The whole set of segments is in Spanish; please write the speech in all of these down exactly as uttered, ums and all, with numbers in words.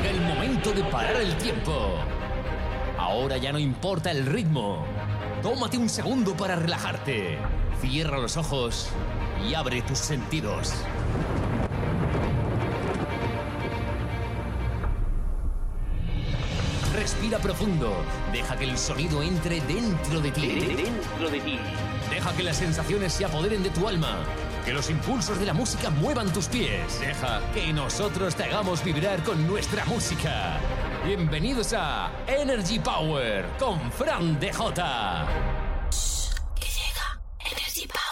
Llega el momento de parar el tiempo. Ahora ya no importa el ritmo. Tómate un segundo para relajarte. Cierra los ojos y abre tus sentidos. Respira profundo. Deja que el sonido entre dentro de ti. Dentro de ti. Deja que las sensaciones se apoderen de tu alma. Que los impulsos de la música muevan tus pies. Deja que nosotros te hagamos vibrar con nuestra música. Bienvenidos a Energy Power con Fran D J. Shh, que llega Energy Power.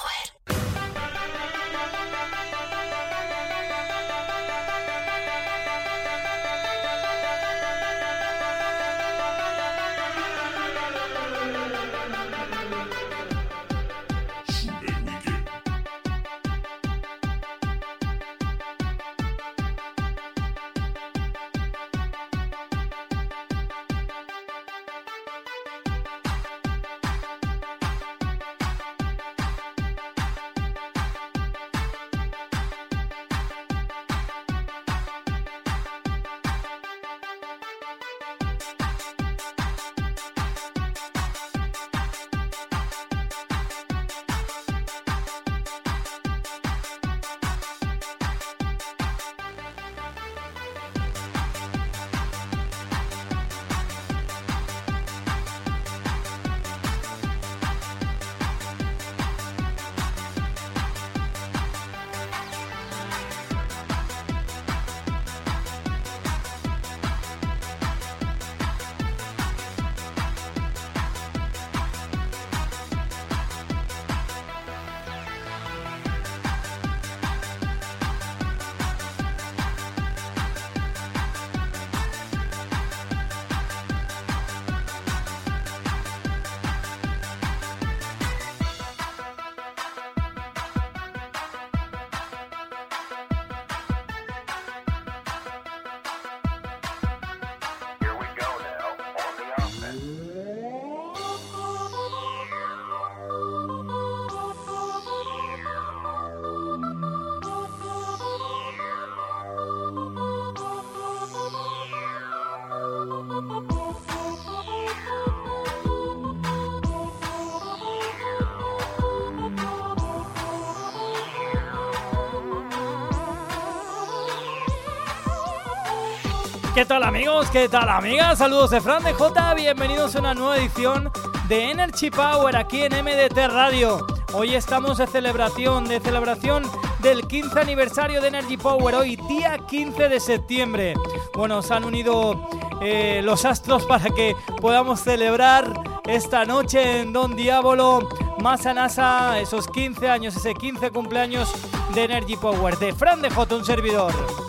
¿Qué tal amigos? ¿Qué tal amigas? Saludos de Fran D J, bienvenidos a una nueva edición de Energy Power aquí en M D T Radio. Hoy estamos de celebración, de celebración del quince aniversario de Energy Power, hoy día quince de septiembre. Bueno, se han unido eh, los astros para que podamos celebrar esta noche en Don Diabolo, Masa Nasa, esos quince años, ese quince cumpleaños de Energy Power, de Fran D J, un servidor.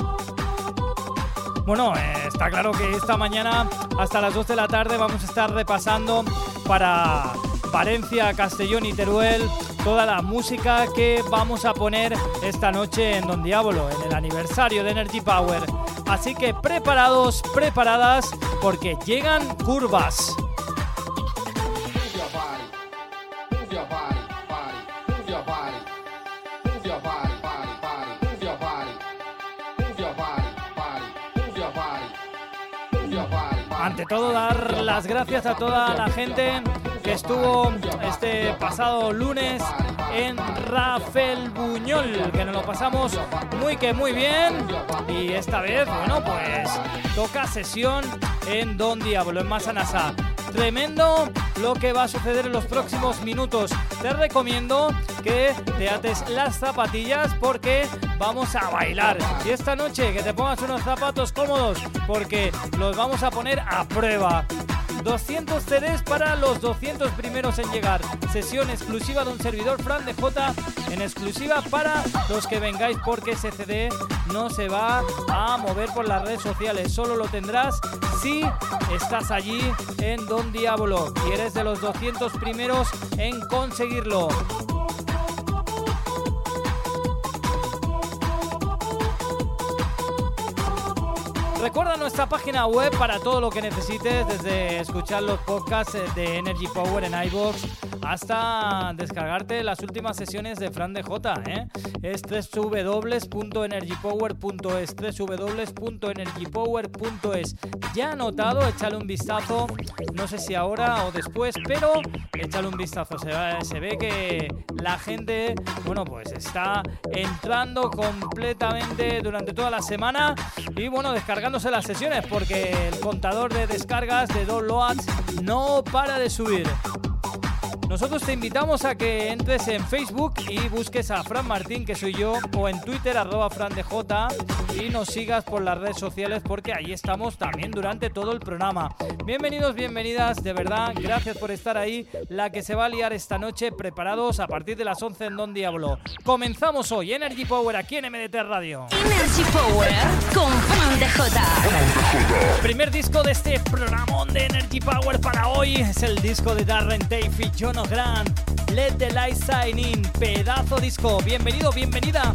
Bueno, eh, está claro que esta mañana hasta las dos de la tarde vamos a estar repasando para Valencia, Castellón y Teruel toda la música que vamos a poner esta noche en Don Diabolo, en el aniversario de Energy Power. Así que preparados, preparadas, porque llegan curvas. Ante todo, dar las gracias a toda la gente que estuvo este pasado lunes en Rafael Buñol, que nos lo pasamos muy que muy bien. Y esta vez, bueno, pues toca sesión en Don Diabolo, en Masa Nasa. Tremendo lo que va a suceder en los próximos minutos. Te recomiendo que te ates las zapatillas porque vamos a bailar. Y esta noche que te pongas unos zapatos cómodos porque los vamos a poner a prueba. doscientos C Ds para los doscientos primeros en llegar. Sesión exclusiva de un servidor Fran D J, en exclusiva para los que vengáis, porque ese C D no se va a mover por las redes sociales. Solo lo tendrás si estás allí en Don Diabolo y eres de los doscientos primeros en conseguirlo. Recuerda nuestra página web para todo lo que necesites, desde escuchar los podcasts de Energy Power en iVoox hasta descargarte las últimas sesiones de Fran D J, ¿eh? Es doble u doble u doble u punto energy power punto es, doble u doble u doble u punto energy power punto es. Ya anotado, échale un vistazo, no sé si ahora o después, pero échale un vistazo. Se, se ve que la gente, bueno, pues está entrando completamente durante toda la semana y, bueno, descargándose las sesiones, porque el contador de descargas de downloads no para de subir. Nosotros te invitamos a que entres en Facebook y busques a Fran Martín, que soy yo, o en Twitter, arroba FranDJ, y nos sigas por las redes sociales, porque ahí estamos también durante todo el programa. Bienvenidos, bienvenidas, de verdad, gracias por estar ahí. La que se va a liar esta noche, preparados a partir de las once en Don Diablo. Comenzamos hoy Energy Power aquí en M D T Radio. Energy Power con Fran D J. Primer disco de este programón de Energy Power para hoy es el disco de Darren Tate y John O'Grant, Let the Light Shine In, pedazo disco. Bienvenido, bienvenida.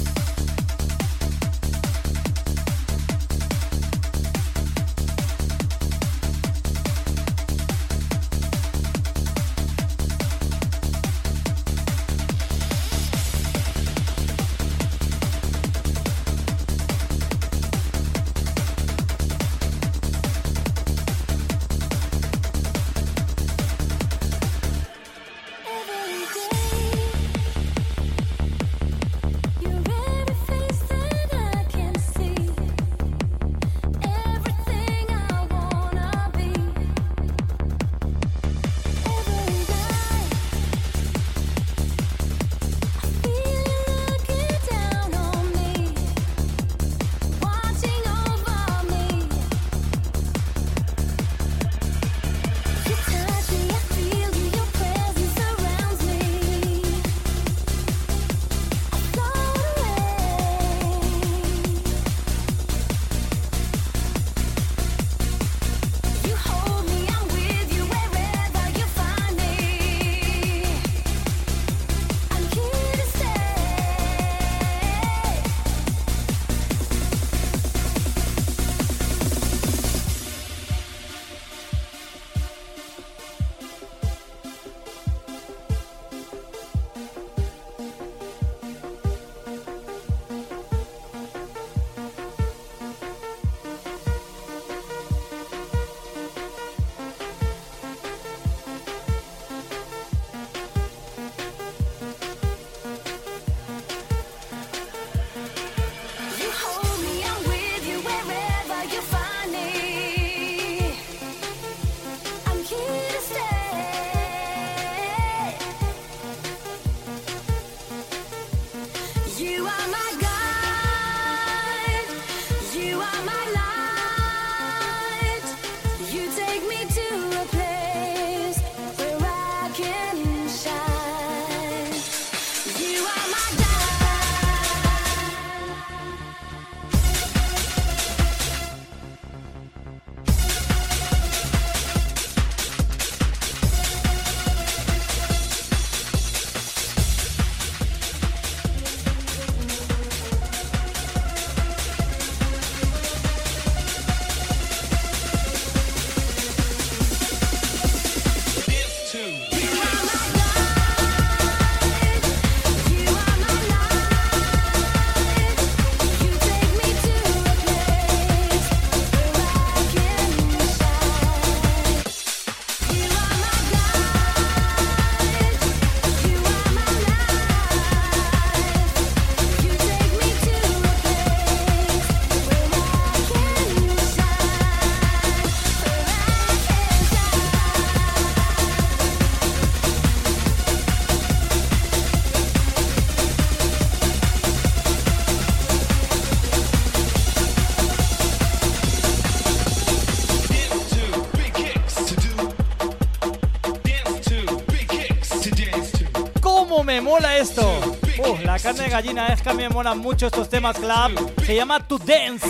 Me mola esto. Uh, la carne de gallina, es que a mí me molan mucho estos temas club. Se llama To Dance.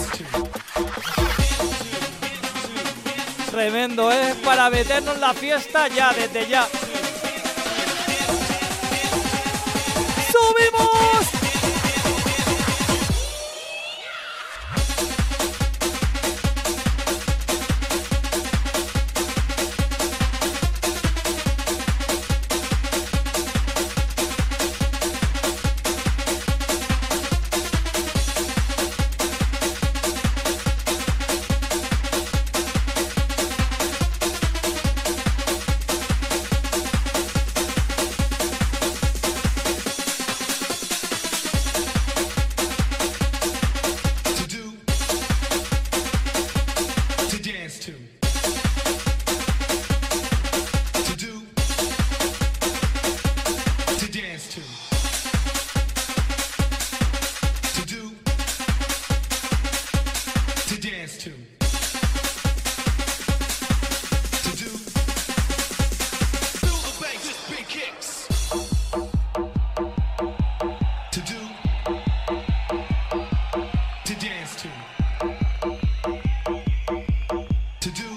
Tremendo, ¿eh? Para meternos la fiesta ya, desde ya. ¡Subimos! dance to. To do. To dance to. To do. To dance to. To do. Feel the bass, this beat kicks. To do. To dance to. To do.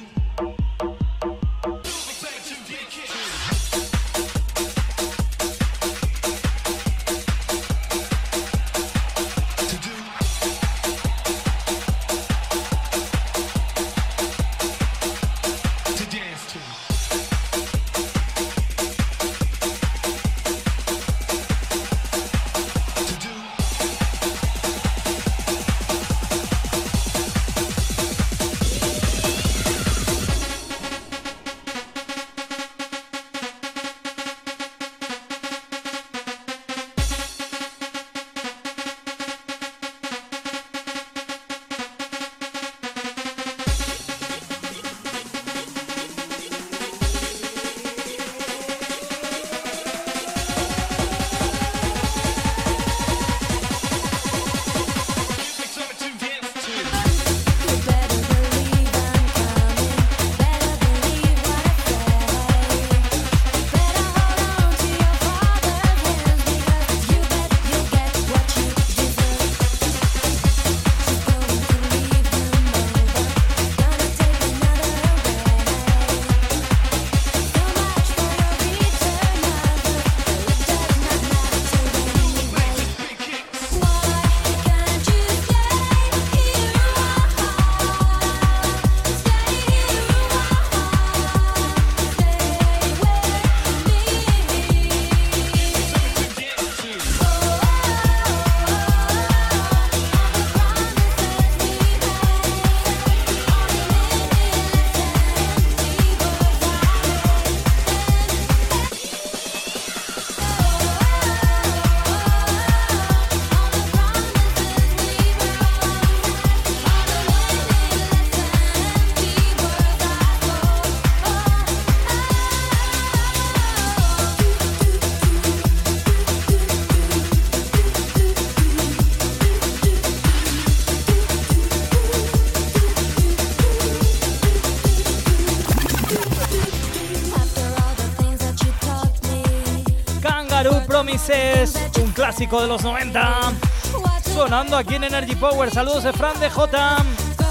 Promises, un clásico de los noventa, sonando aquí en Energy Power. Saludos de Fran de Jota.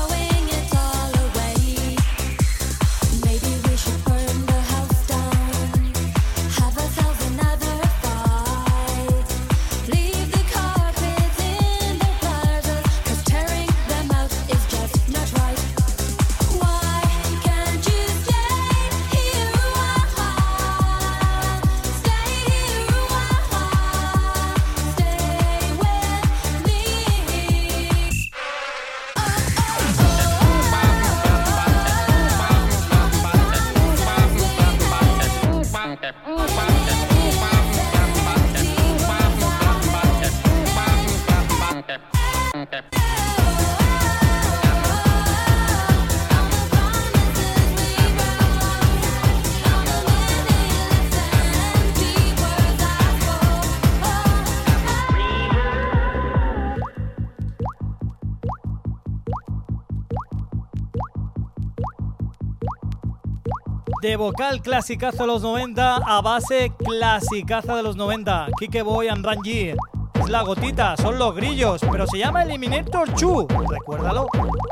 De vocal clasicazo de los noventa a base clasicaza de los noventa. Kike Boy and Ranji. Es la gotita, son los grillos, pero se llama Eliminator dos. Recuérdalo.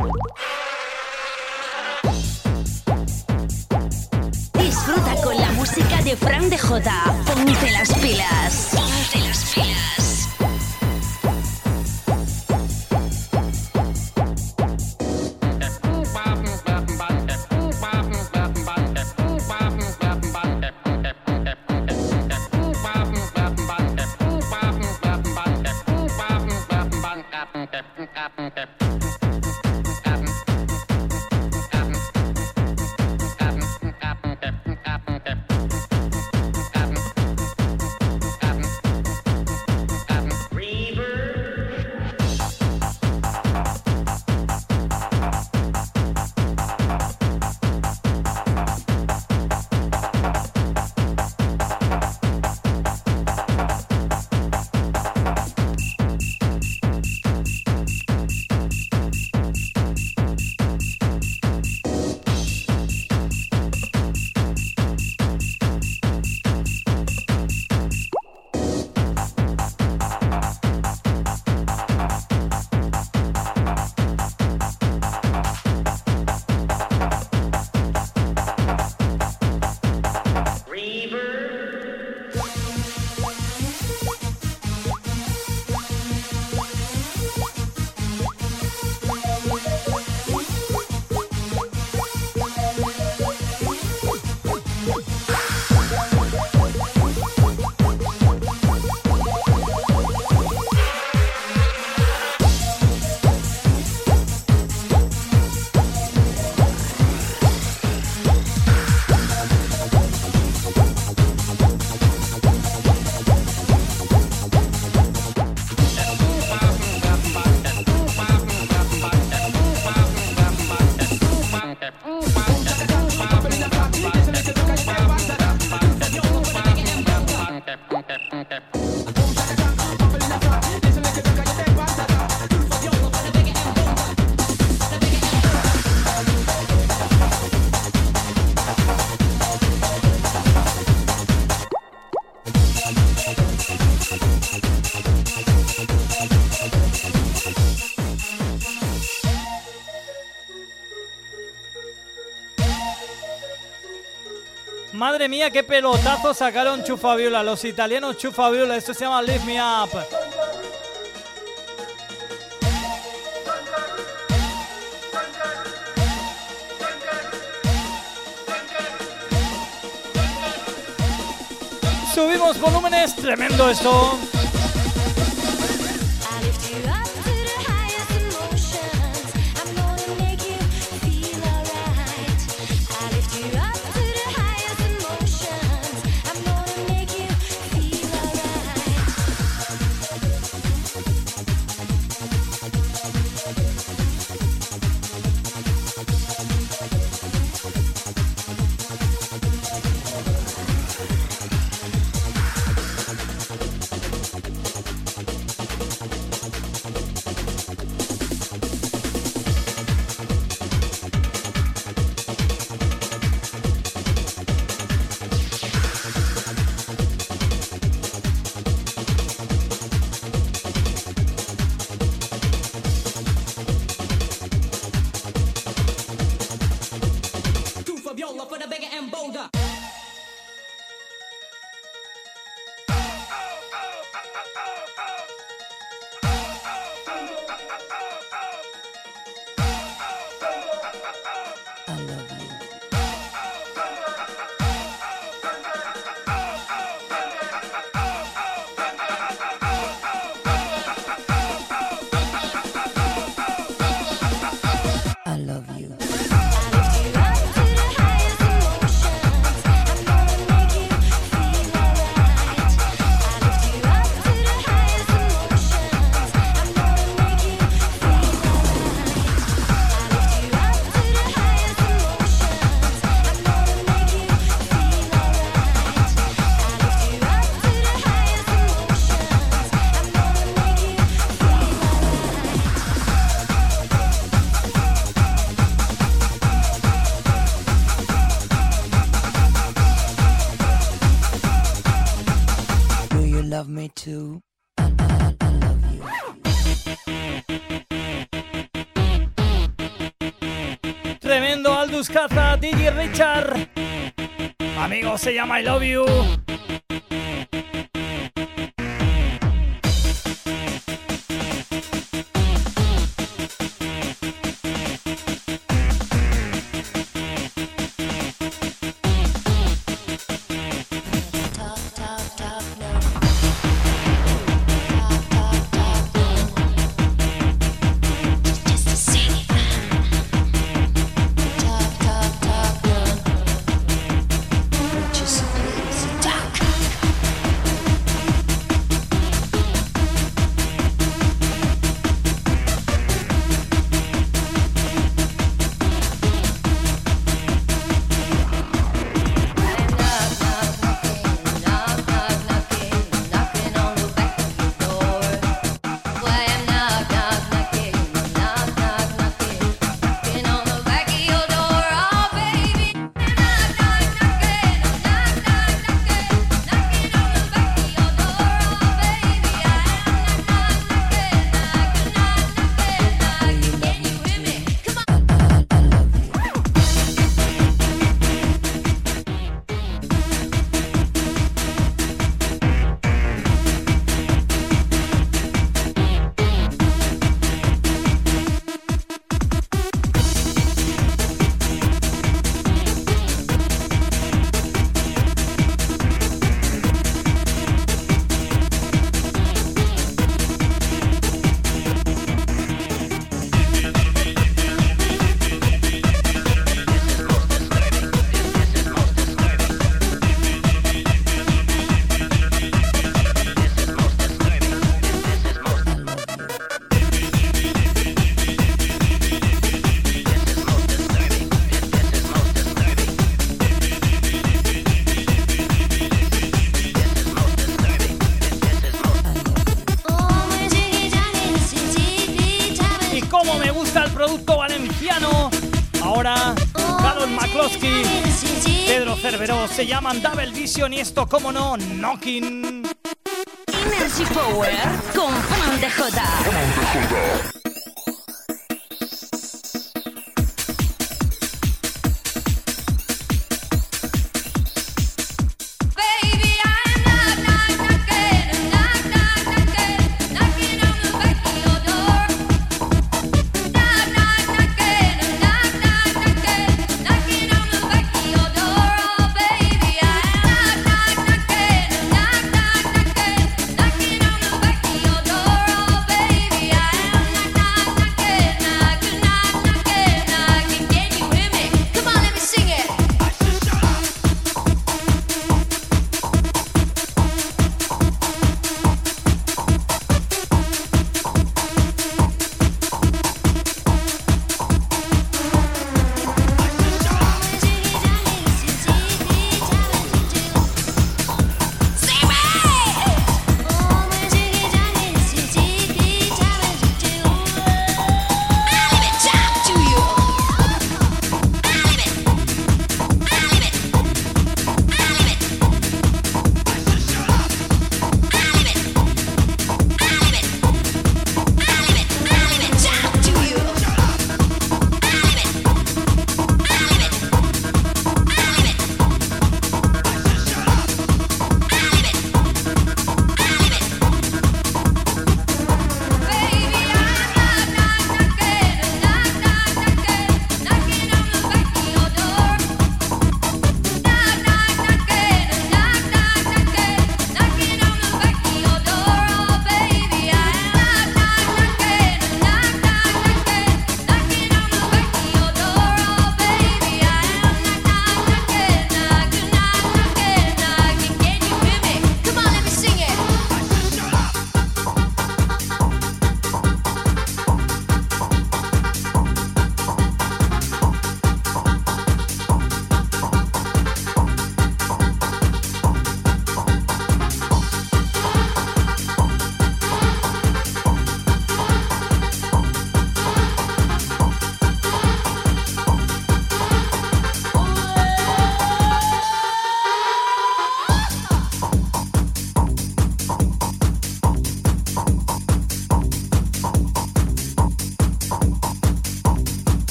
Disfruta con la música de Fran de Jota. Ponte las pilas. Ponte las pilas. Madre mía, qué pelotazo sacaron Chufa Viola, los italianos Chufa Viola. Esto se llama Lift Me Up. Subimos volúmenes, tremendo esto. Love me too. I, I, I love you. Tremendo Aldous Caza, D J Richard. Amigo, se llama I Love You. Se llaman Double Vision y esto, como no, Knocking. Energy Power con Fran de Jota.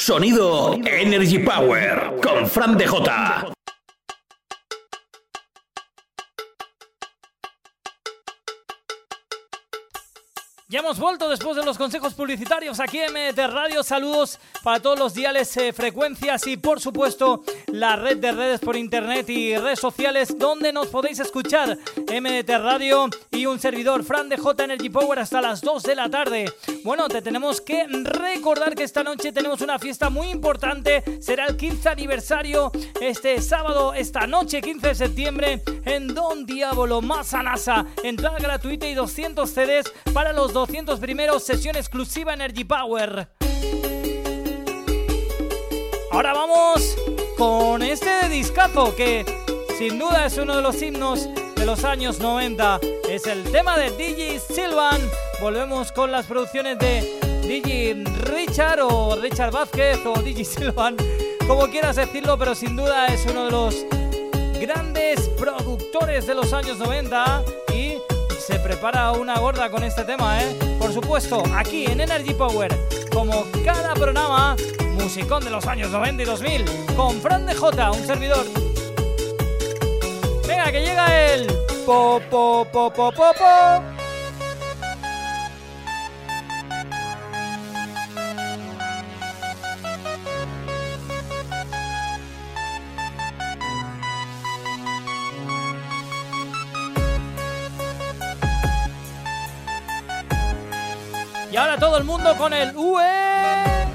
Sonido Energy Power con Fran D J. Ya hemos vuelto después de los consejos publicitarios aquí en M D T Radio. Saludos para todos los diales, eh, frecuencias y por supuesto la red de redes por internet y redes sociales donde nos podéis escuchar. M D T Radio y un servidor, Fran D J Energy Power, hasta las dos de la tarde. Bueno, te tenemos que recordar que esta noche tenemos una fiesta muy importante. Será el quince aniversario este sábado, esta noche quince de septiembre en Don Diablo Masanasa. Entrada gratuita y doscientos C Ds para los doscientos primeros, sesión exclusiva Energy Power. Ahora vamos con este discazo que sin duda es uno de los himnos de los años noventa. Es el tema de D J Silvan. Volvemos con las producciones de D J Richard o Richard Vázquez o D J Silvan, como quieras decirlo, pero sin duda es uno de los grandes productores de los años noventa y se prepara una gorda con este tema, ¿eh? Por supuesto, aquí en Energy Power, como cada programa, musicón de los años noventa y dos mil, con Fran D J, un servidor. Venga, que llega el po po po po po po. Y ahora todo el mundo con el U E.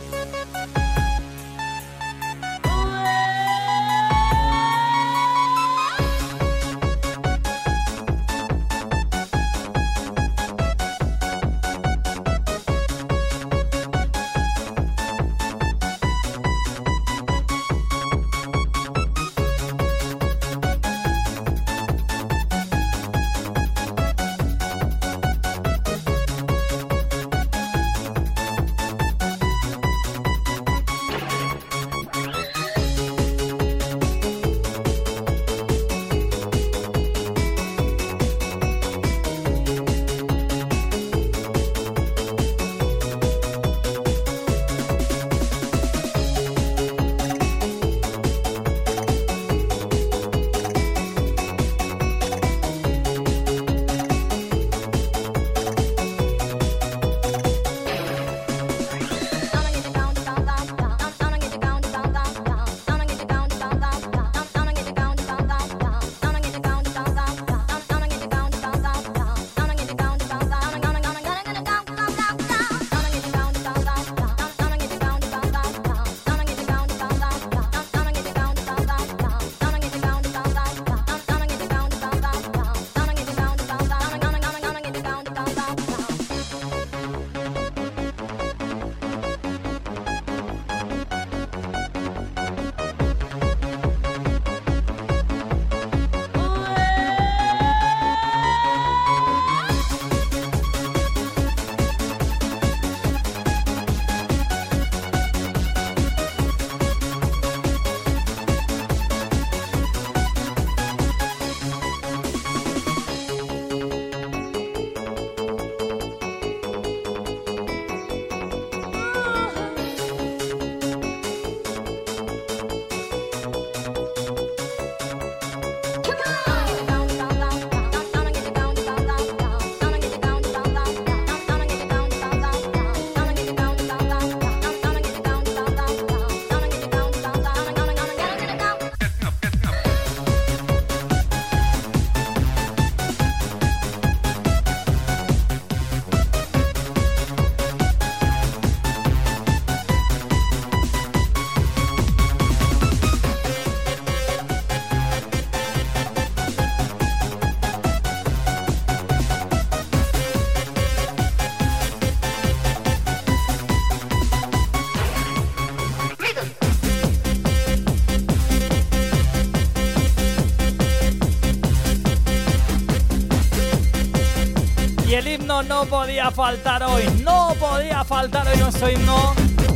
himno no podía faltar hoy, no podía faltar hoy nuestro himno.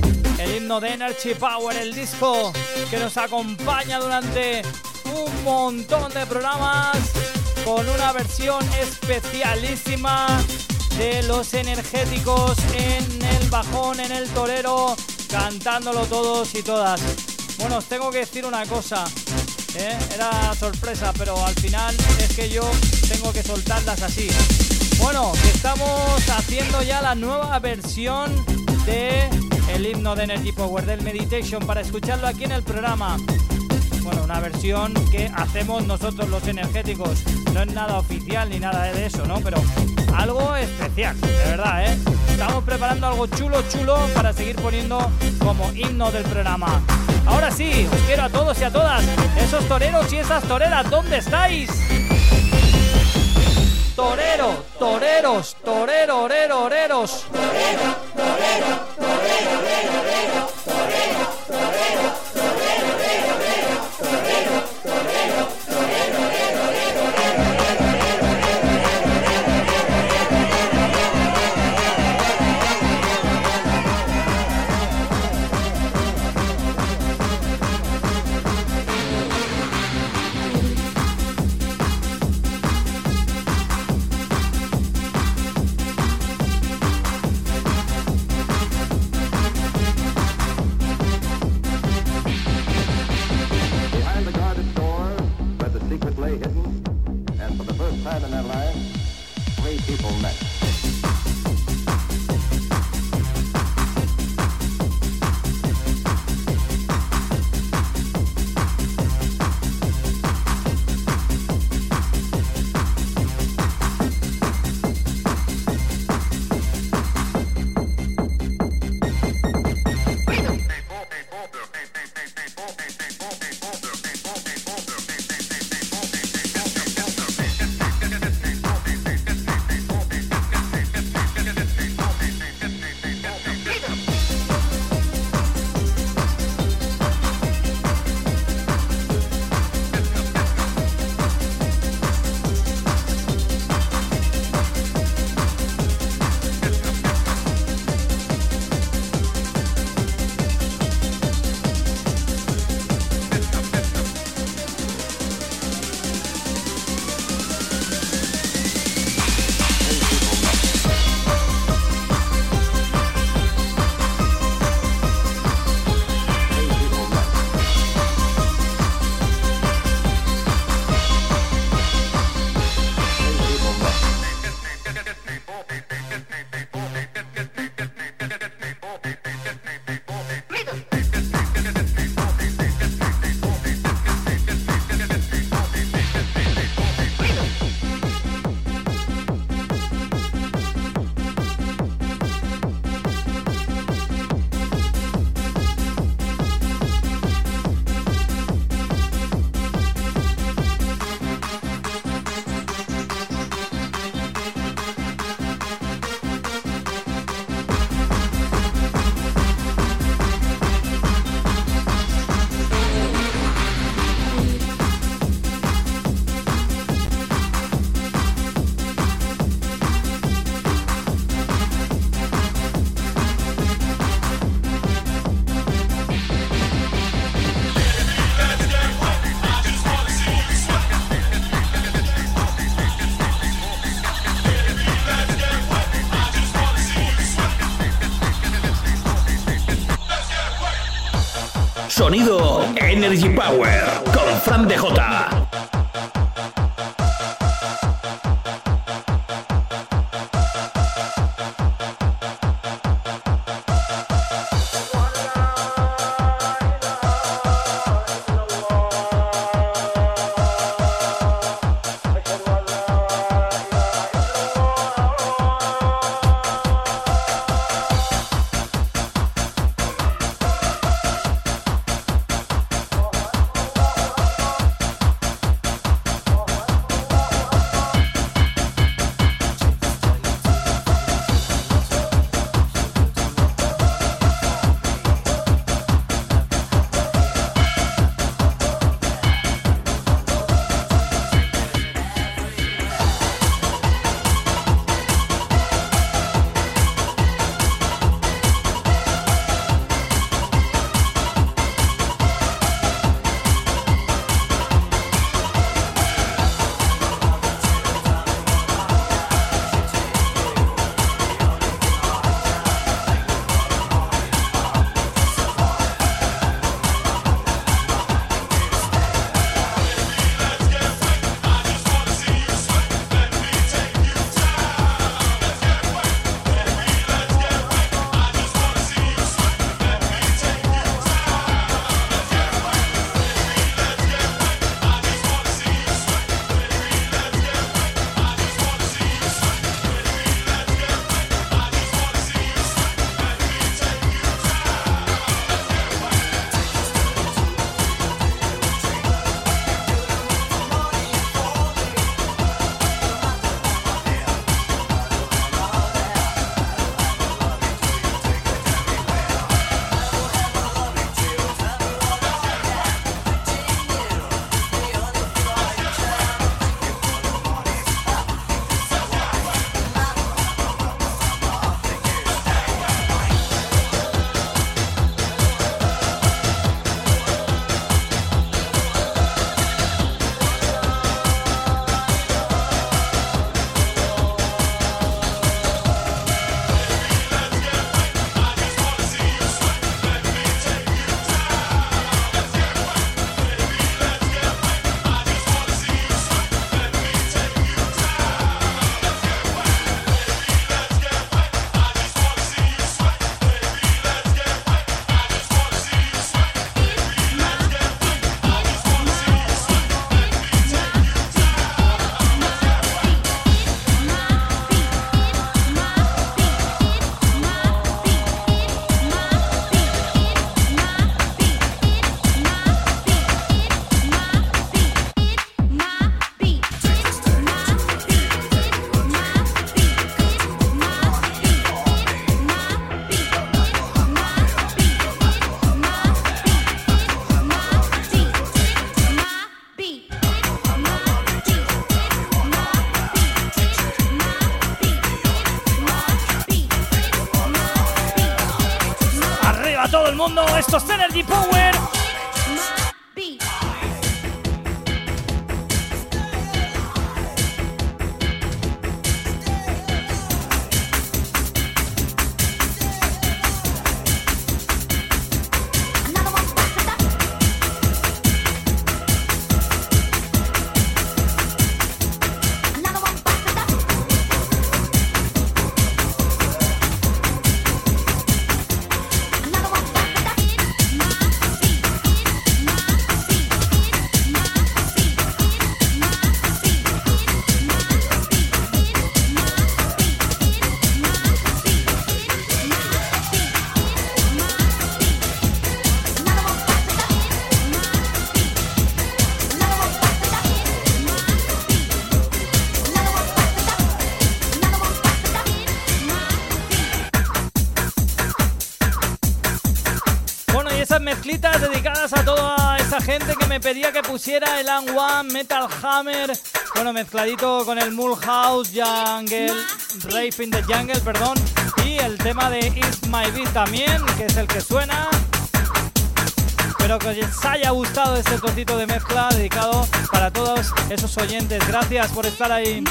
El himno de Energy Power, el disco que nos acompaña durante un montón de programas con una versión especialísima de los energéticos en el bajón, en el torero, cantándolo todos y todas. Bueno, os tengo que decir una cosa, ¿eh? Era sorpresa, pero al final es que yo tengo que soltarlas así. Bueno, que estamos haciendo ya la nueva versión de el himno de Energy Power, del Meditation, para escucharlo aquí en el programa. Bueno, una versión que hacemos nosotros los energéticos. No es nada oficial ni nada de eso, ¿no? Pero algo especial, de verdad, ¿eh? Estamos preparando algo chulo, chulo para seguir poniendo como himno del programa. Ahora sí, os quiero a todos y a todas. Esos toreros y esas toreras, ¿dónde estáis? Torero, toreros, torero, orero, oreros. Torero, torero, torero, orero, orero. Torero, torero, torero, orero, orero. Torero, torero, torero, orero, time in their lives, three people met. Sonido Energy Power con Fran D J. para todo el mundo. Esto es Energy Power. Mezclitas dedicadas a toda esa gente que me pedía que pusiera el And One, Metal Hammer, bueno, mezcladito con el Mulhouse Jungle, Rave in the Jungle, perdón, y el tema de It's My Beat también, que es el que suena. Espero que os haya gustado este trocito de mezcla dedicado para todos esos oyentes. Gracias por estar ahí.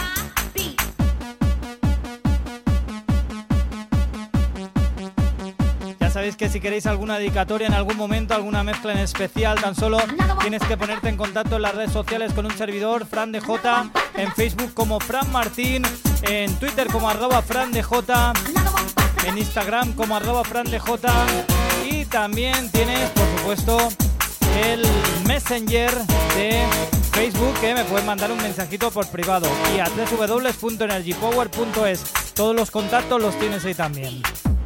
Sabéis que si queréis alguna dedicatoria en algún momento, alguna mezcla en especial, tan solo tienes que ponerte en contacto en las redes sociales con un servidor, Fran D J, en Facebook como Fran Martín, en Twitter como arroba Fran D J, en Instagram como arroba Fran D J, y también tienes, por supuesto, el Messenger de Facebook, que me puedes mandar un mensajito por privado, y a doble u doble u doble u punto energy power punto es. Todos los contactos los tienes ahí también.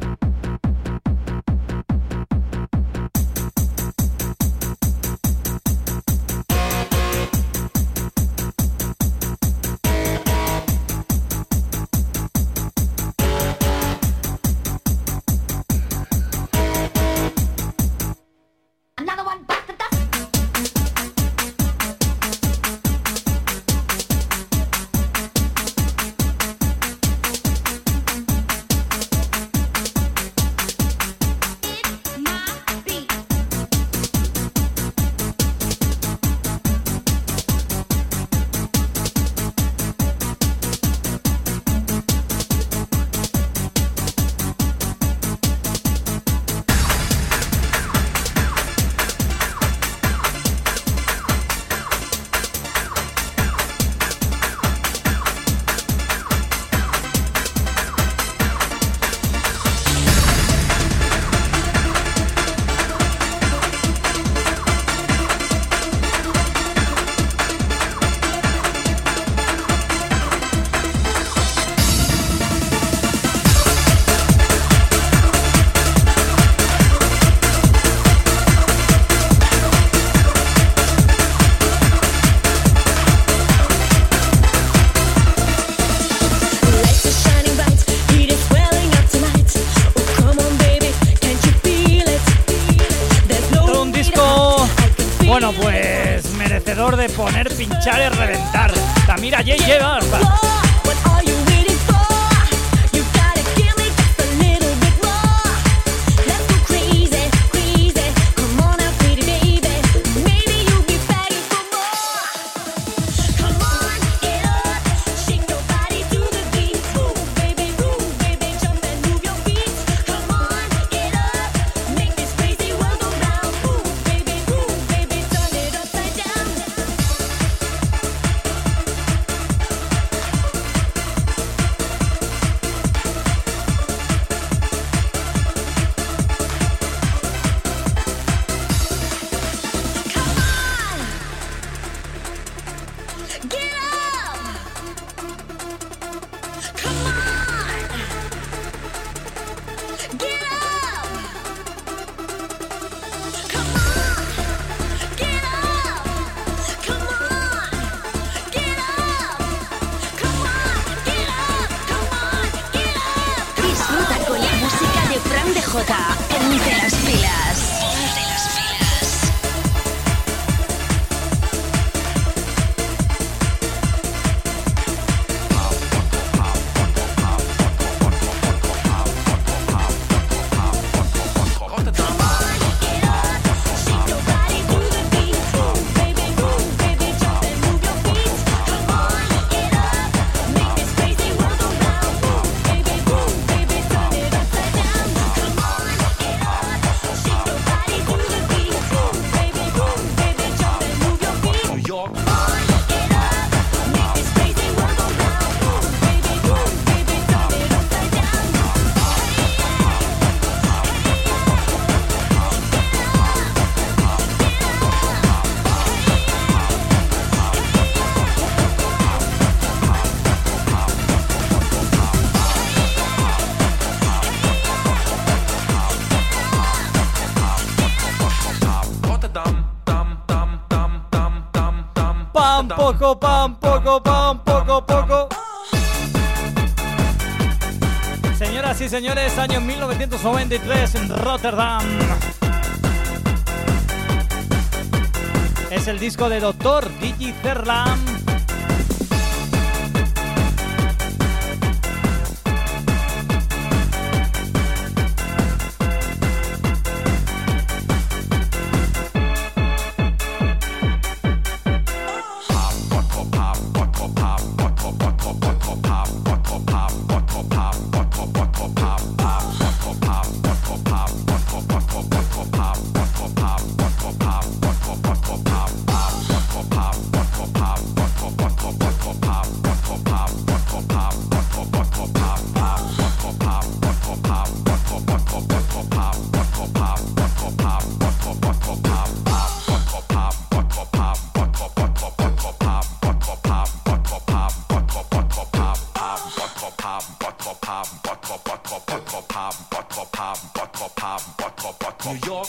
Bueno, pues merecedor de poner, pinchar y reventar. Tamira J J Barba. pam, poco, pam, poco, pam, poco, poco. Señoras y señores, año mil novecientos noventa y tres en Rotterdam. Es el disco de doctor Digi Zerlam. New York.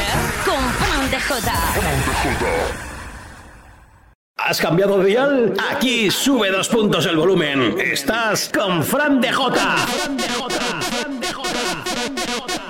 con Fran de Jota. ¿Has cambiado de dial? Aquí sube dos puntos el volumen. Estás con Fran de Jota. Fran de Jota. Fran de Jota. Fran de Jota.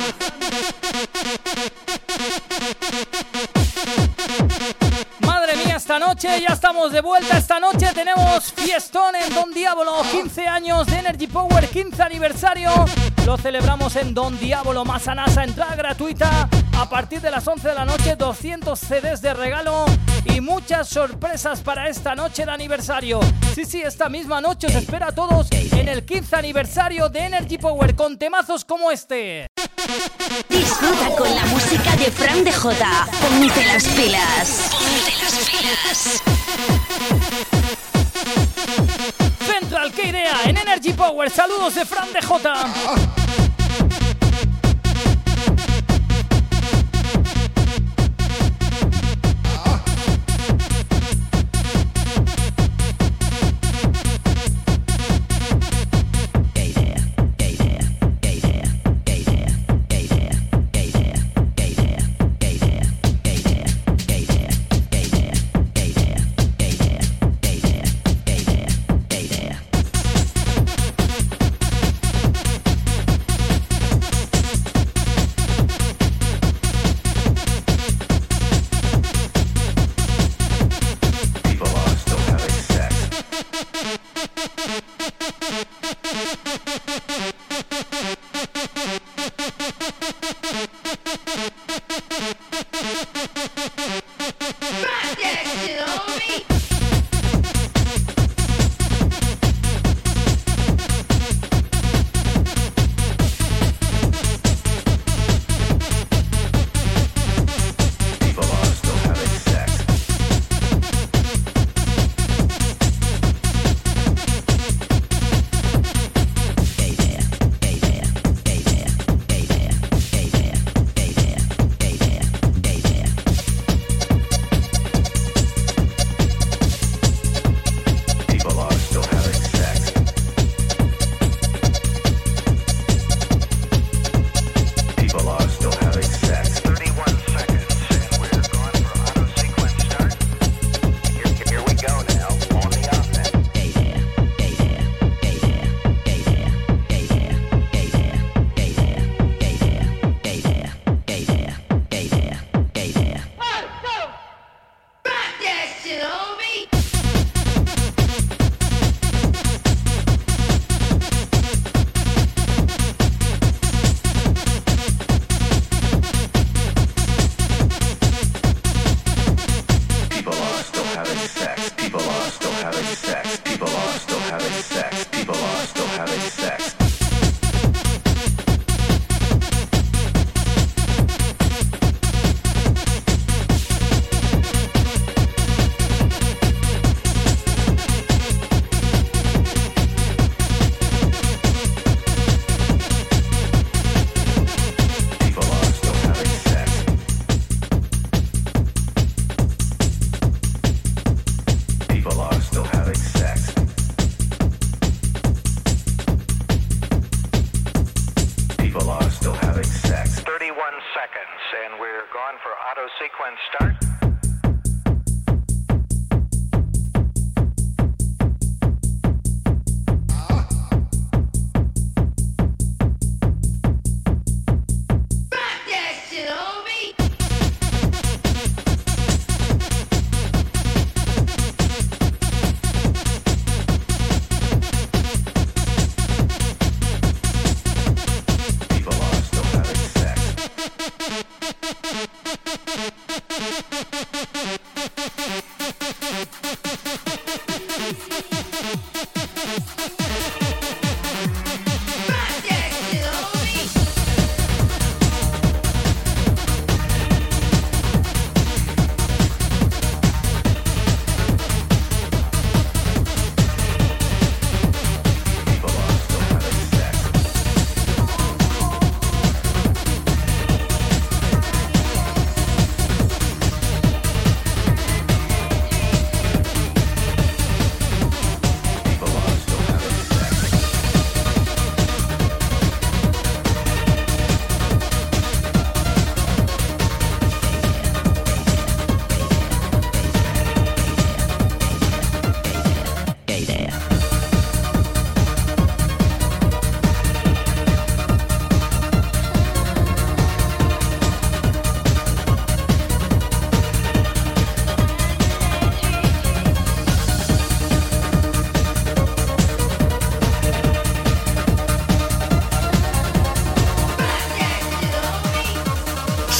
Madre mía, esta noche ya estamos de vuelta. Esta noche tenemos fiestón en Don Diablo. quince años de Energy Power, quince aniversario. Lo celebramos en Don Diablo Masanasa. Entrada gratuita a partir de las once de la noche. doscientos C Ds de regalo y muchas sorpresas para esta noche de aniversario. Sí, sí, esta misma noche os espera a todos en el quince aniversario de Energy Power con temazos como este. Disfruta con la música de Fran de Jota. Ponte las pilas. Ponte las pilas. Central, qué idea, en Energy Power. Saludos de Fran de Jota.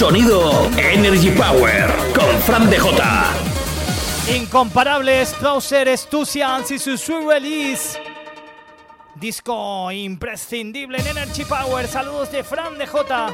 Sonido Energy Power con Fran D J. Incomparables Trouser Stusians y su Sweet Release. Disco imprescindible en Energy Power. Saludos de Fran D J.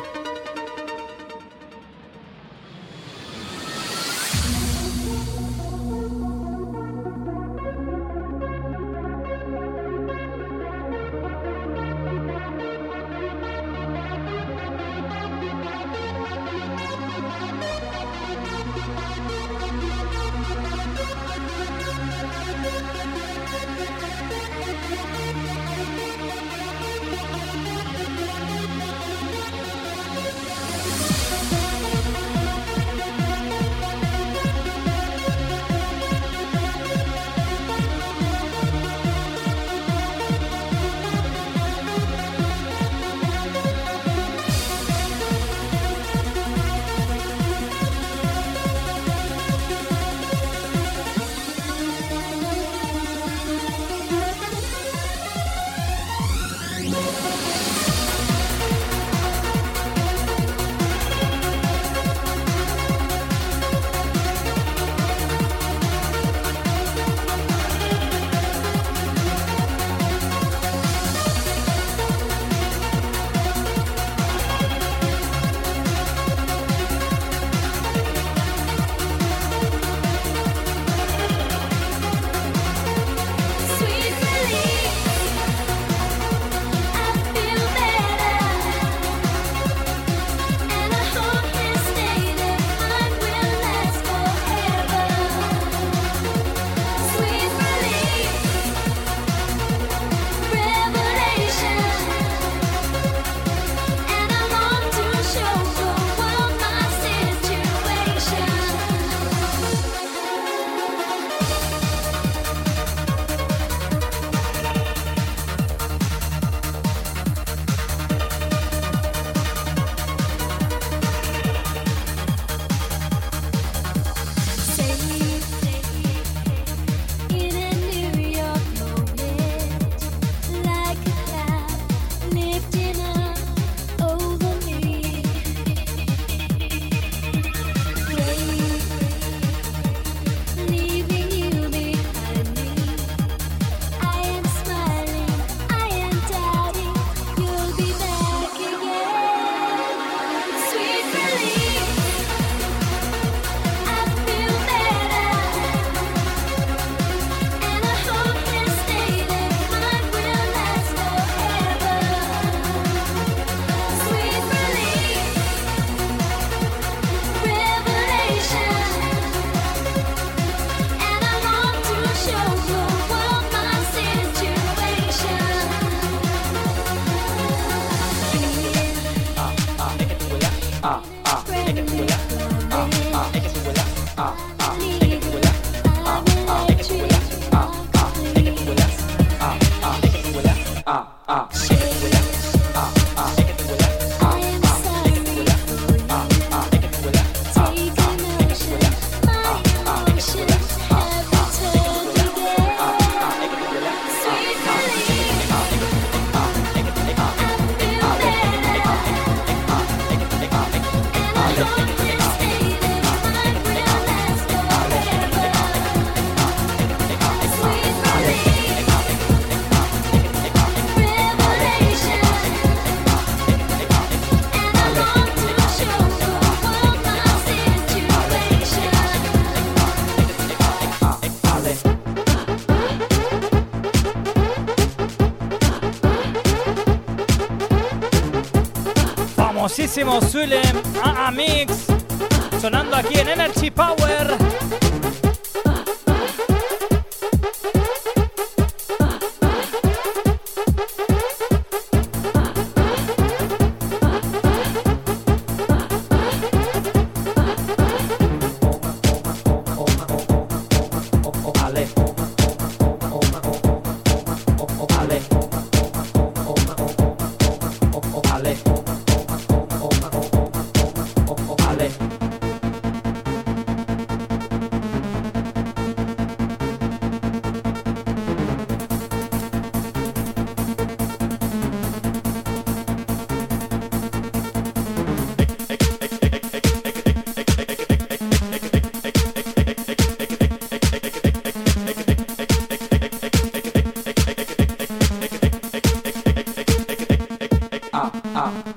Famosísimo Zulem A A Mix sonando aquí en Energy Power.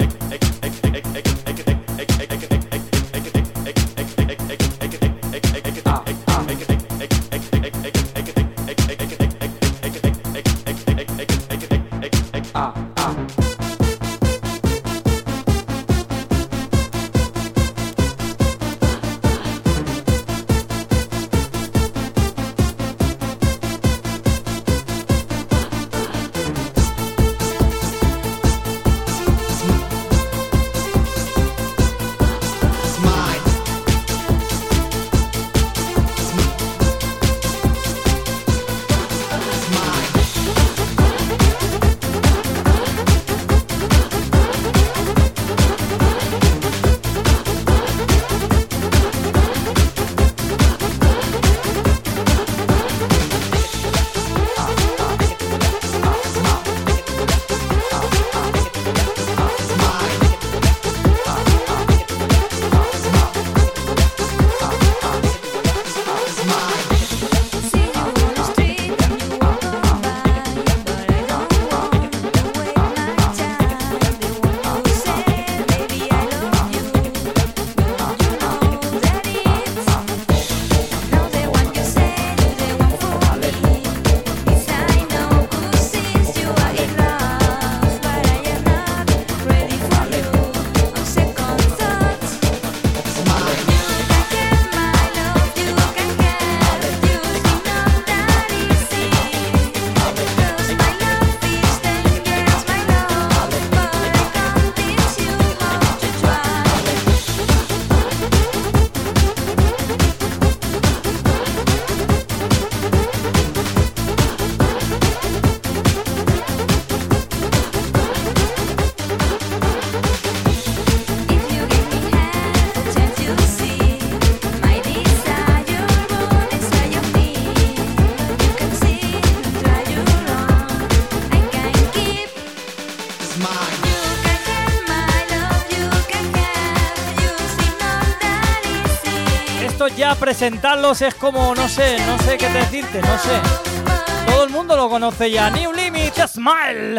Ya presentarlos es como, no sé, no sé qué decirte, no sé. Todo el mundo lo conoce ya. New Limit, Smile.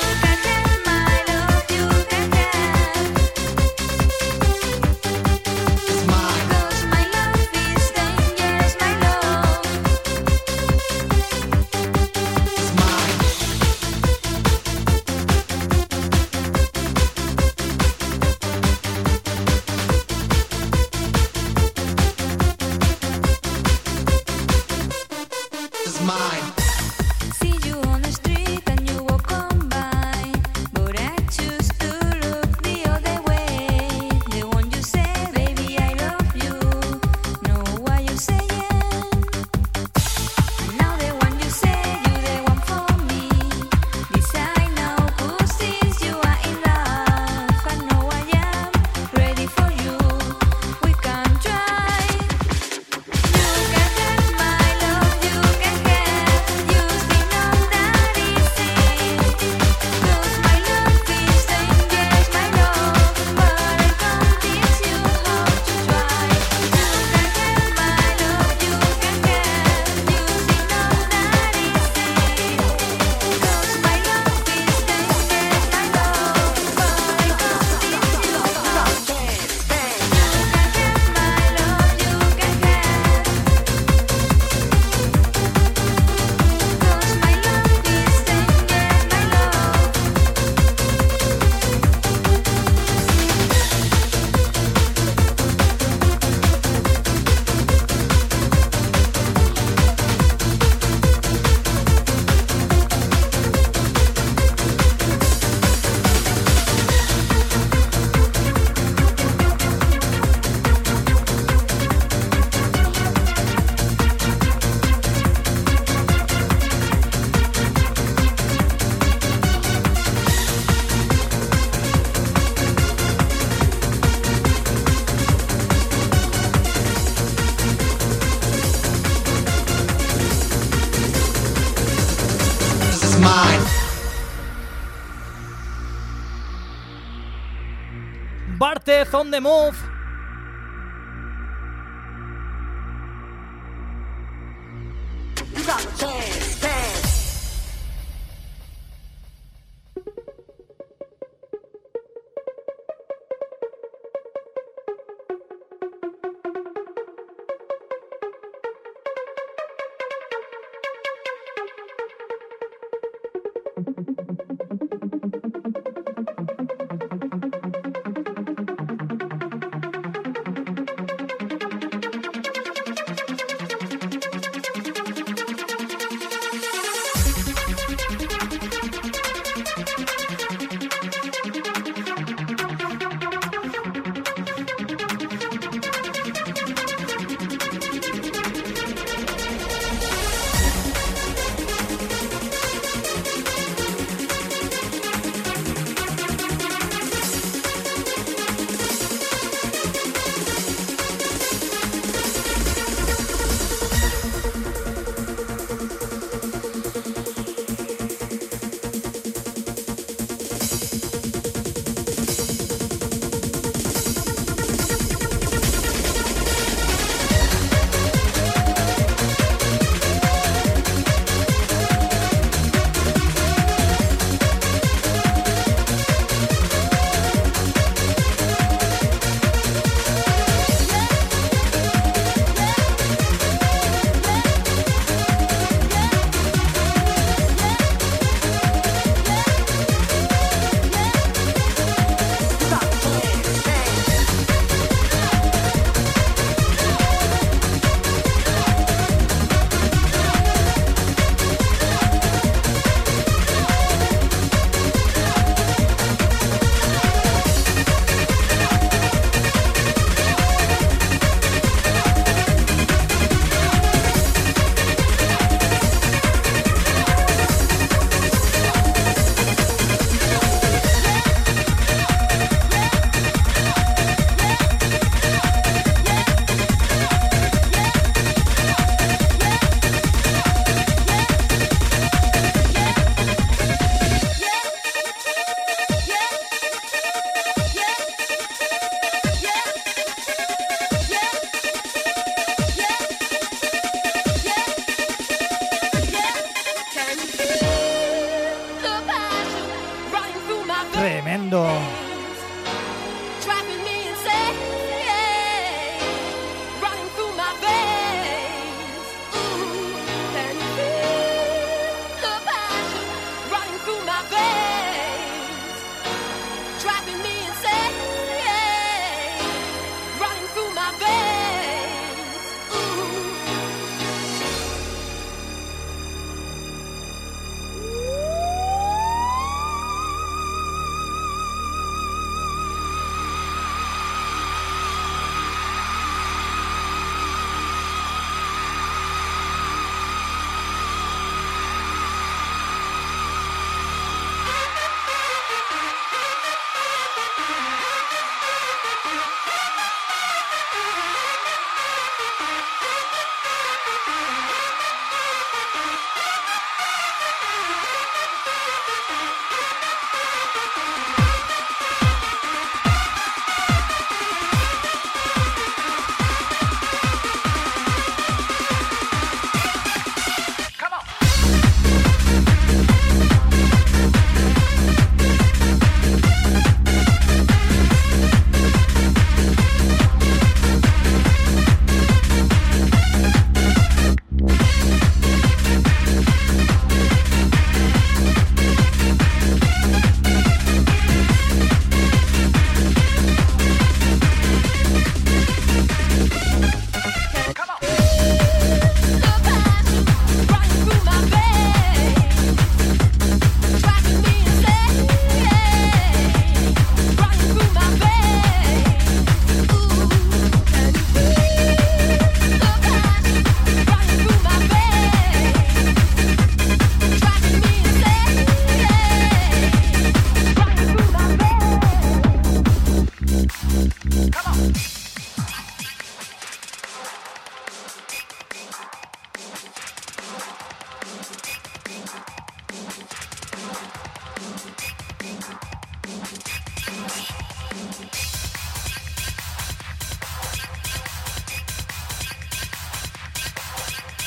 See you on the street and you walk on by, but I choose to look the other way. The one you say, baby, I love you. Know what you're saying. Now the one you say, you the one for me. This I know, 'cause since you are in love, I know I am ready for you. We can try. You can have my love, you can have. You see now that it's easy. 'Cause my love is dangerous, my love. But I convince you how to try. You can have my love, you can have. You see now that it's easy. 'Cause my love is dangerous, my love. But I convince you how to try. You can have my love, you can have. 'Cause my love is dangerous, my love. Barthez on the move.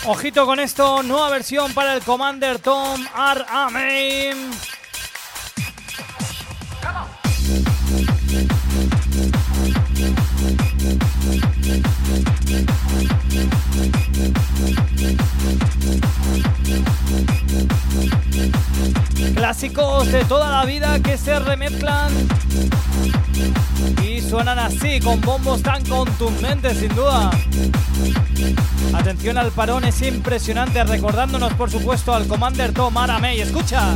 Ojito con esto, nueva versión para el Commander Tom R. Amen. Clásicos de toda la vida que se remezclan y suenan así, con bombos tan contundentes, sin duda. Atención al parón, es impresionante, recordándonos por supuesto al Commander Tom R. Amen. Escucha.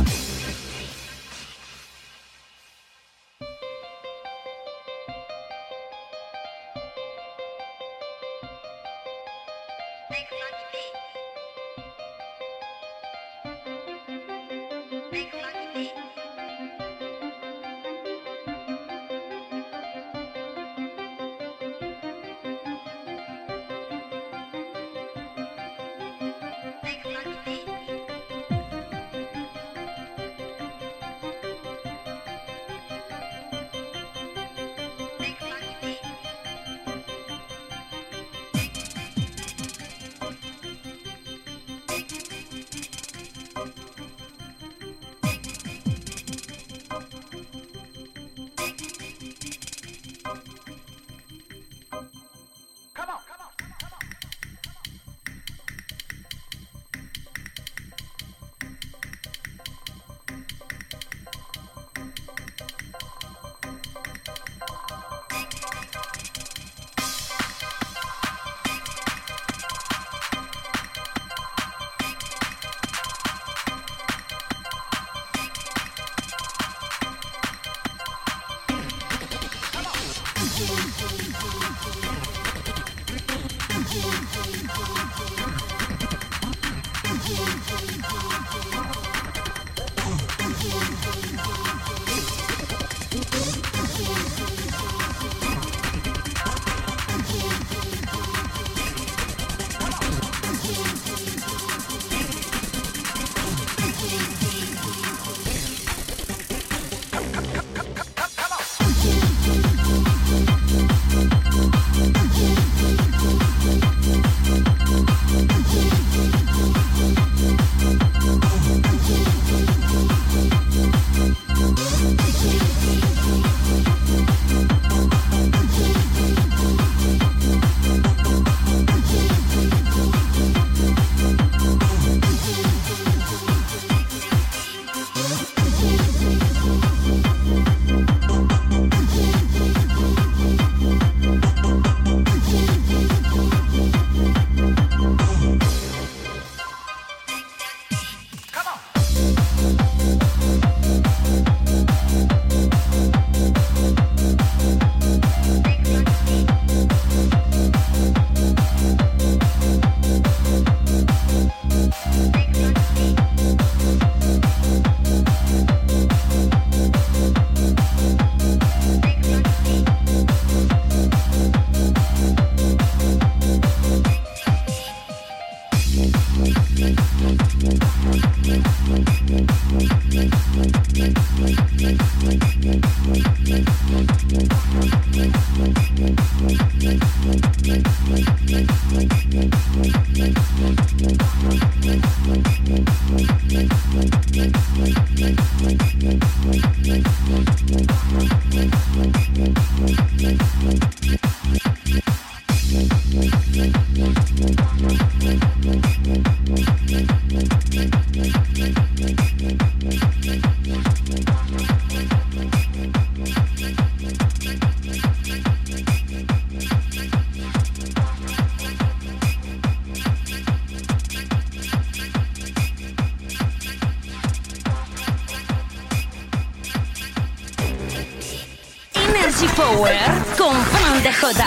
Power con Fran D J.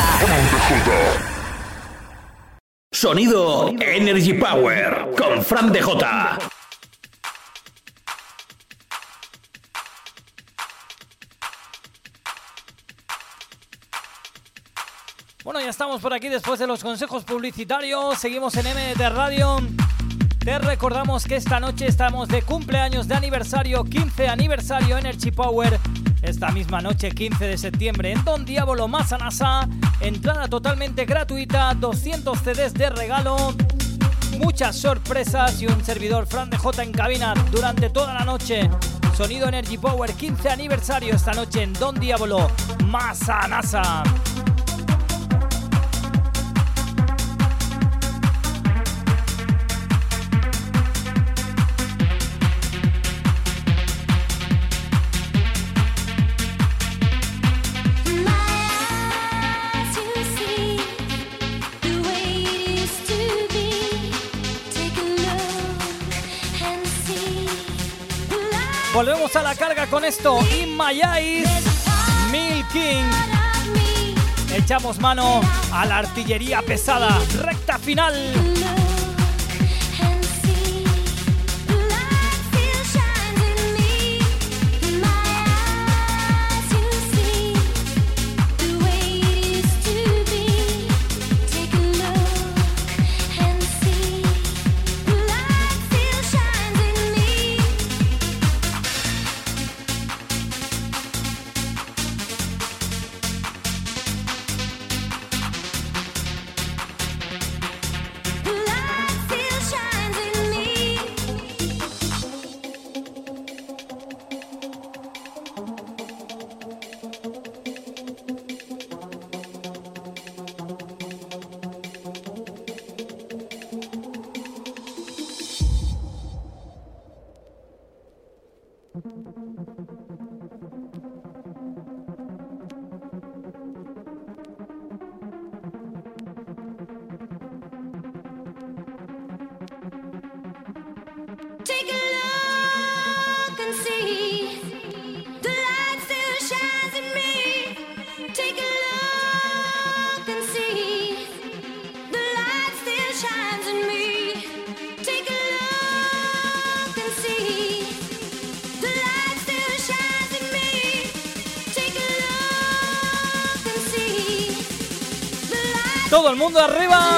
Sonido Energy Power con Fran D J. Bueno, ya estamos por aquí después de los consejos publicitarios. Seguimos en M D Radio. Te recordamos que esta noche estamos de cumpleaños, de aniversario, quince aniversario Energy Power. Esta misma noche, quince de septiembre, en Don Diablo Masanasa. Entrada totalmente gratuita, doscientos C Ds de regalo. muchas sorpresas y un servidor Fran de Jota en cabina durante toda la noche. Sonido Energy Power, quince aniversario esta noche en Don Diablo, Masa Nasa. Volvemos a la carga con esto. In My Eyes, Milking. Echamos mano a la artillería pesada. Recta final. Todo el mundo arriba.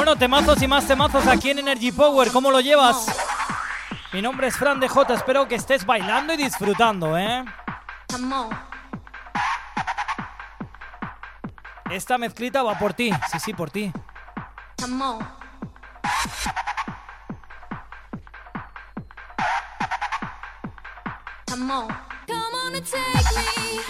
Bueno, temazos y más temazos aquí en Energy Power. ¿Cómo lo llevas? Mi nombre es Fran de Jota. Espero que estés bailando y disfrutando, ¿eh? Esta mezclita va por ti. Sí, sí, por ti. Come on. Come on. Come on and take me.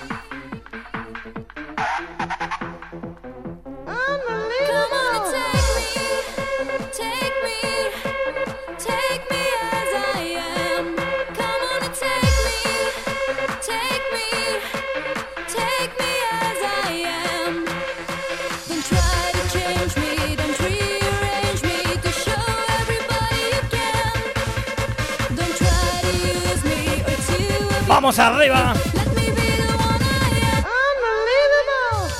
Come on and take me. Take me. Take me as I am. Come on and take me. Take me. Take me as I am. Don't try to change me. Don't rearrange me to show everybody you can. Don't try to use me or to abuse. ¡Vamos arriba! Let me be the one I am. Unbelievable.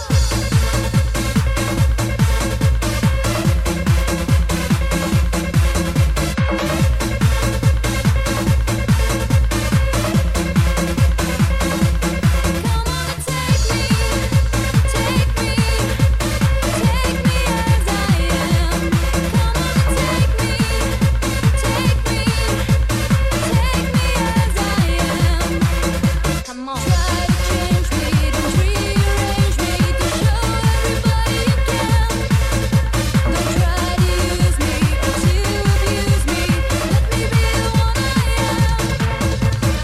Come on and take me. Take me. Take me as I am. Come on and take me. Take me. Take me as I am. Come on. Try to change me, don't rearrange me to show everybody you can. Don't try to use me or to abuse me. Let me be the one I am.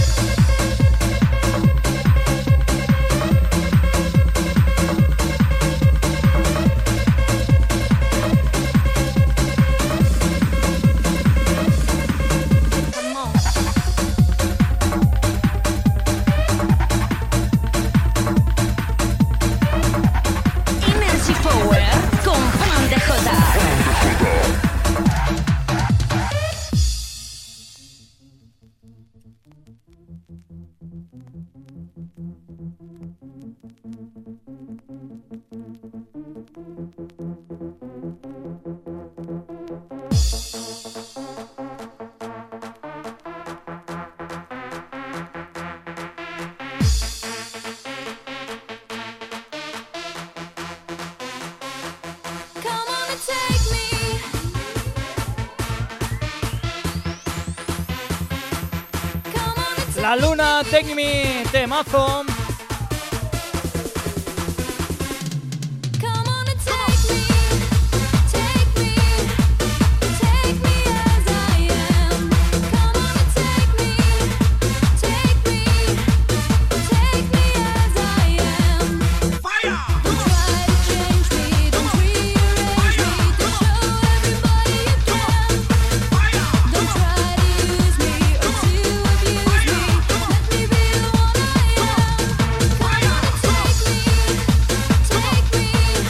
Come on. Energy Power con Fran de Jota. Come on and take me. Come on and take La luna, Take Me, temazo. Come on and take me. Take me. Take me as I am. Come on and take me. Take me. Take me as I am. Don't try to change me. Don't rearrange me to show everybody you can. Don't try to use me or to abuse me. Let me be the one I am. Come on and take me. Take me. Take me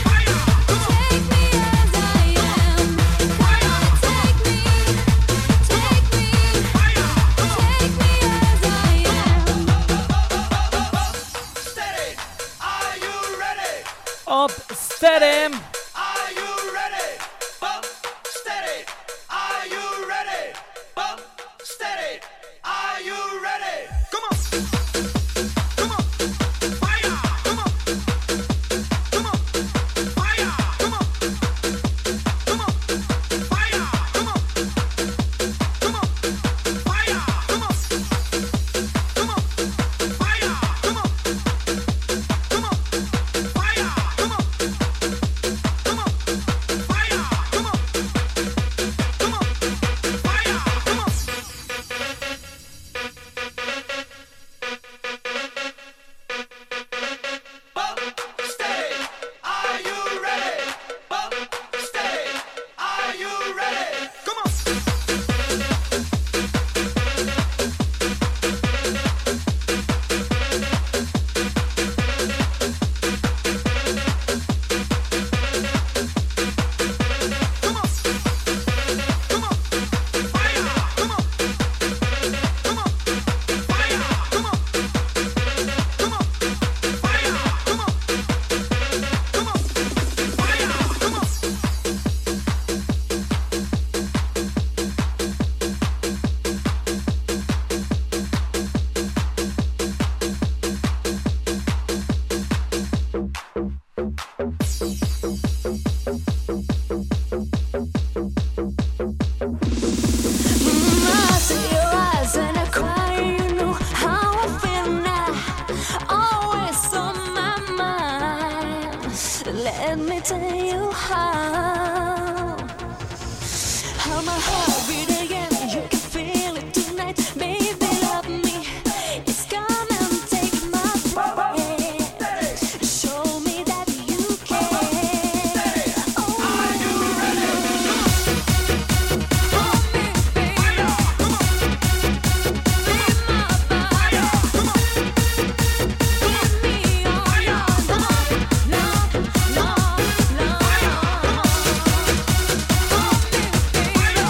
as I am. Come on and take me. Take me. Take me as I am. Steady. Are you ready? Up, steady. Are you ready? Bump steady. Are you ready? Bump steady. Are you ready? Come on. Come on. Fire. Come on. Come on. Fire. Come on. Come on. Fire. Come on. Come on. Fire. Come on. Come on. Fire. Come on. Come on. Fire. Come on. Let me tell you how. How my heart beat again. You can feel it tonight. Baby, love me. It's come and take my breath. Show me that you care. Oh, are you ready? Hold me, baby. Be my body. Give me all your love, love, love, love. Hold me, baby.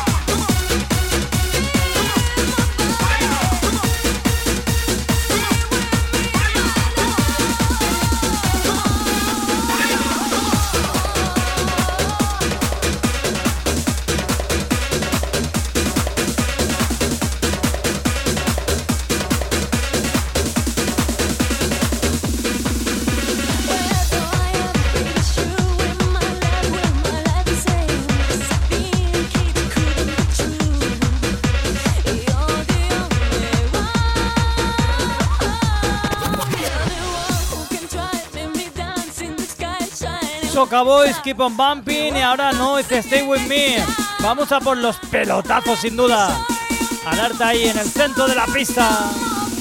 Soca Boys, Keep on Bumping y ahora no, es Stay With Me. Vamos a por los pelotazos sin duda. Alerta ahí en el centro de la pista.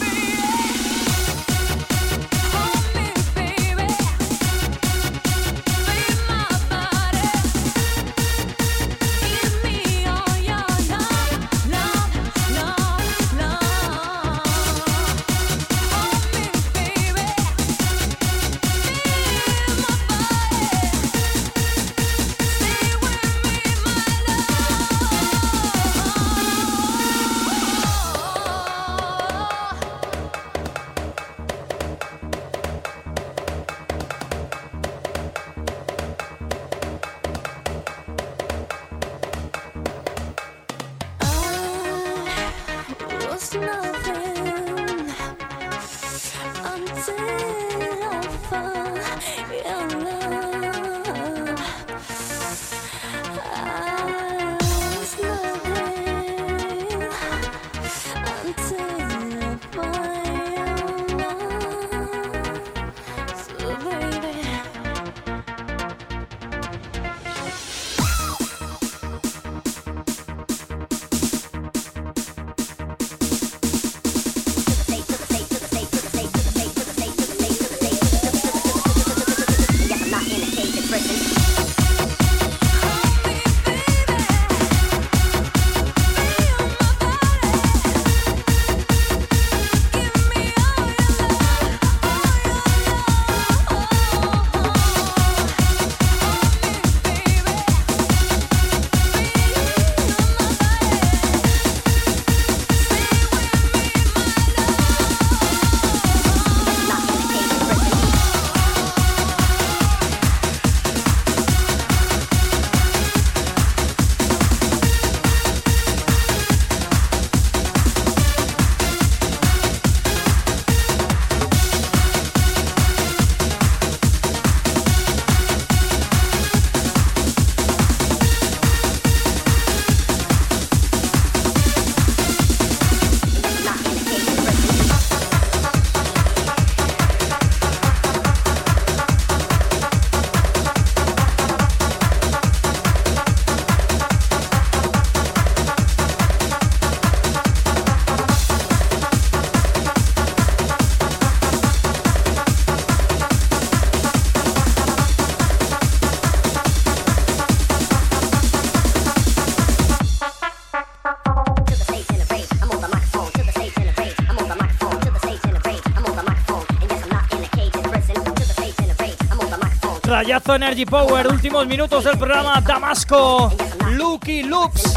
Rayazo Energy Power, últimos minutos del programa. Damasco, Lucky Loops.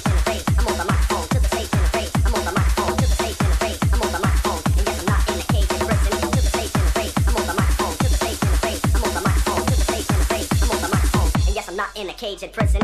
In a cage at prison.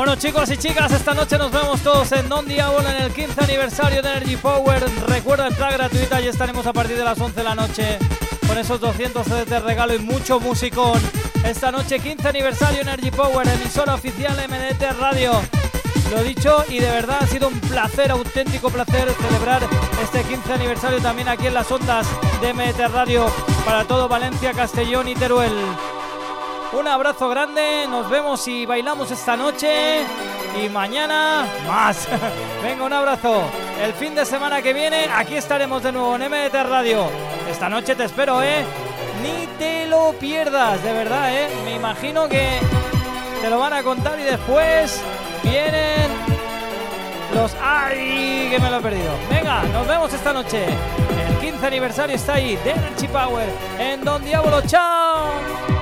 Bueno, chicos y chicas, esta noche nos vemos todos en Don Diablo en el quince aniversario de Energy Power. Recuerda, entrada gratuita y estaremos a partir de las once de la noche con esos doscientos C Ds de regalo y mucho musicón. Esta noche quince aniversario Energy Power, emisora oficial M D T Radio. Lo dicho, y de verdad ha sido un placer, auténtico placer celebrar este quince aniversario también aquí en las ondas de M D T Radio para todo Valencia, Castellón y Teruel. Un abrazo grande, nos vemos y bailamos esta noche y mañana más. Venga, un abrazo. El fin de semana que viene aquí estaremos de nuevo en M D T Radio. Esta noche te espero, ¿eh? Ni te lo pierdas, de verdad, ¿eh? Me imagino que te lo van a contar y después vienen los... ¡Ay! Que me lo he perdido. Venga, nos vemos esta noche. El quince aniversario está ahí de Energy Power en Don Diablo. ¡Chao!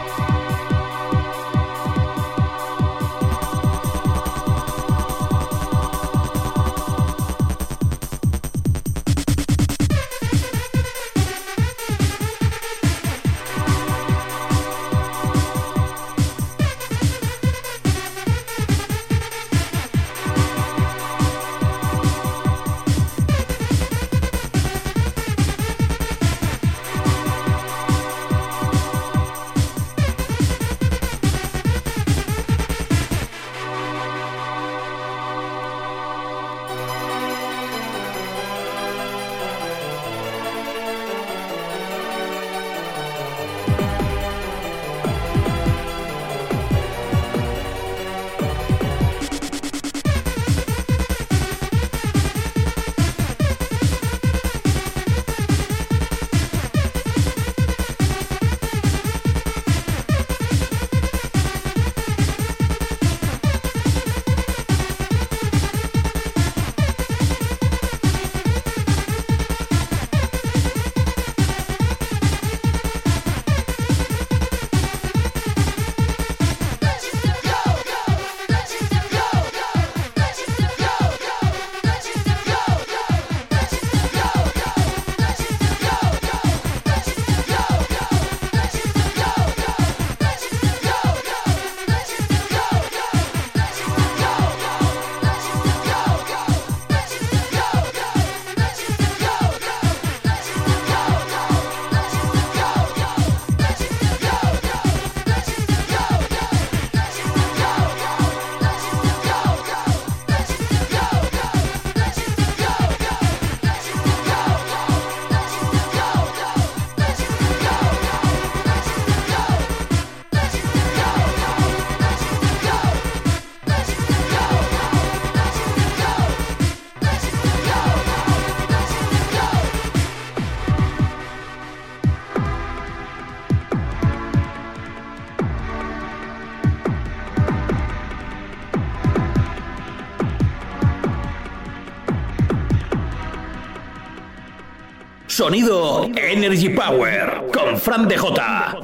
Sonido Energy Power con Fran D J.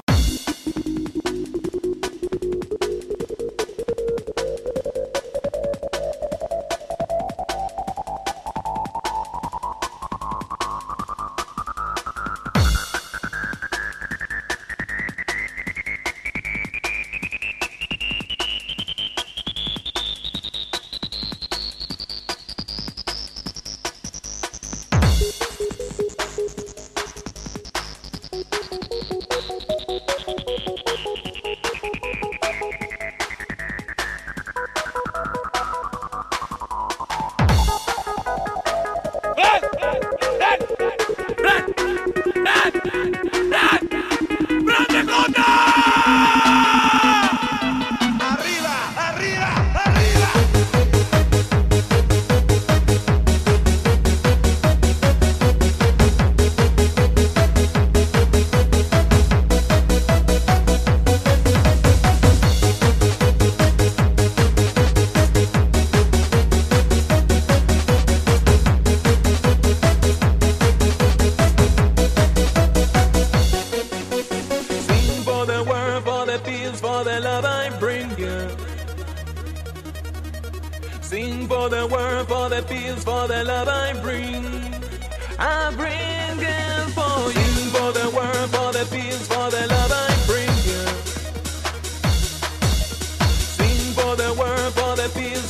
Sing for the world, for the peace, for the love I bring. I bring it for you. Sing for the world, for the peace, for the love I bring you. Sing for the world, for the peace,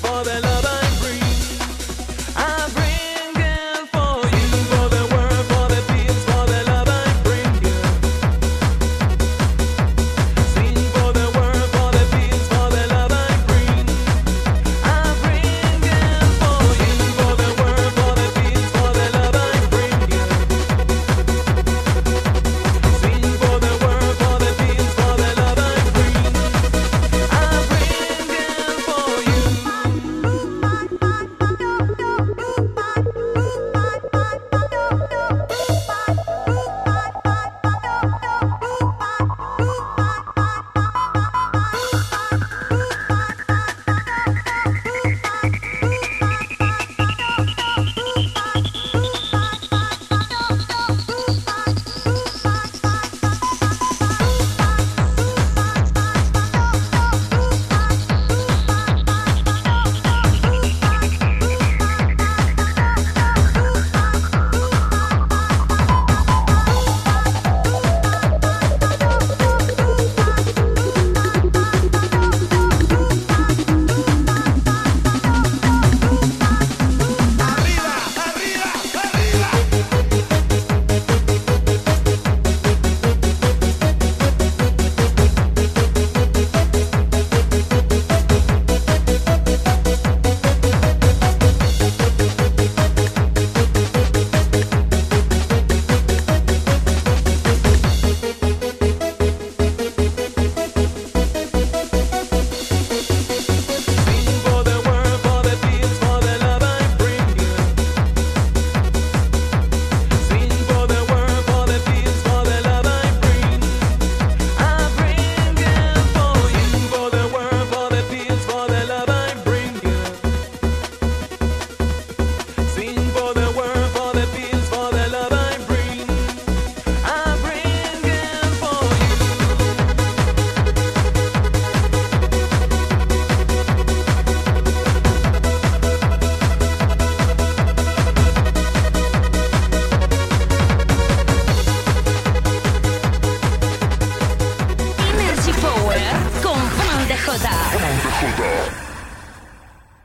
Forever